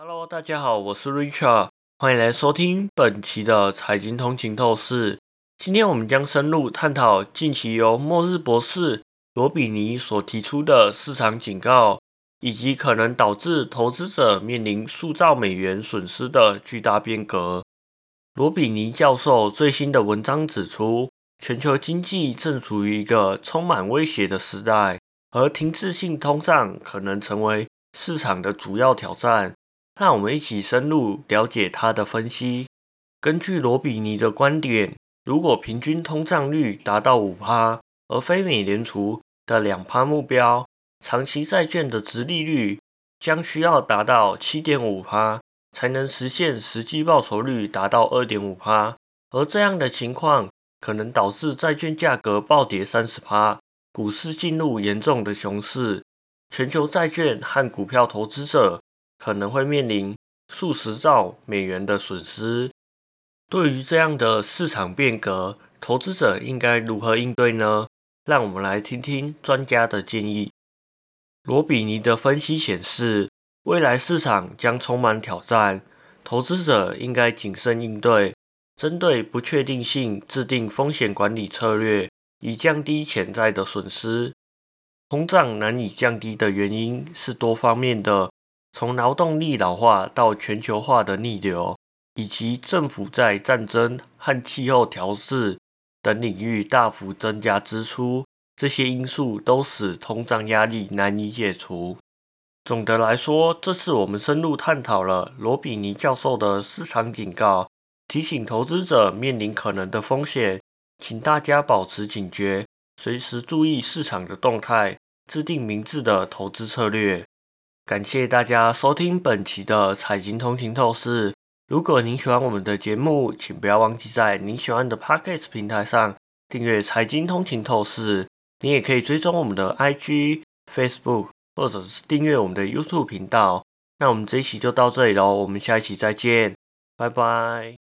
Hello，大家好，我是 Richard， 欢迎来收听本期的财经通勤透视。今天我们将深入探讨近期由末日博士罗比尼所提出的市场警告，以及可能导致投资者面临数兆美元损失的巨大变革。罗比尼教授最新的文章指出，全球经济正处于一个充满威胁的时代，而停滞性通胀可能成为市场的主要挑战。让我们一起深入了解他的分析。根据罗比尼的观点，如果平均通胀率达到 5%， 而非美联储的 2% 目标，长期债券的殖利率将需要达到 7.5%， 才能实现实际报酬率达到 2.5%， 而这样的情况可能导致债券价格暴跌 30%， 股市进入严重的熊市，全球债券和股票投资者可能会面临数十兆美元的损失。对于这样的市场变革，投资者应该如何应对呢？让我们来听听专家的建议。罗比尼的分析显示，未来市场将充满挑战，投资者应该谨慎应对，针对不确定性制定风险管理策略，以降低潜在的损失。通胀难以降低的原因是多方面的，从劳动力老化到全球化的逆流，以及政府在战争和气候调适等领域大幅增加支出，这些因素都使通胀压力难以解除。总的来说，这次我们深入探讨了罗比尼教授的市场警告，提醒投资者面临可能的风险，请大家保持警觉，随时注意市场的动态，制定明智的投资策略。感谢大家收听本期的财经通勤透视。如果您喜欢我们的节目，请不要忘记在您喜欢的 Podcast 平台上订阅财经通勤透视。你也可以追踪我们的 IG、Facebook， 或者是订阅我们的 YouTube 频道。那我们这一期就到这里咯，我们下一期再见，拜拜。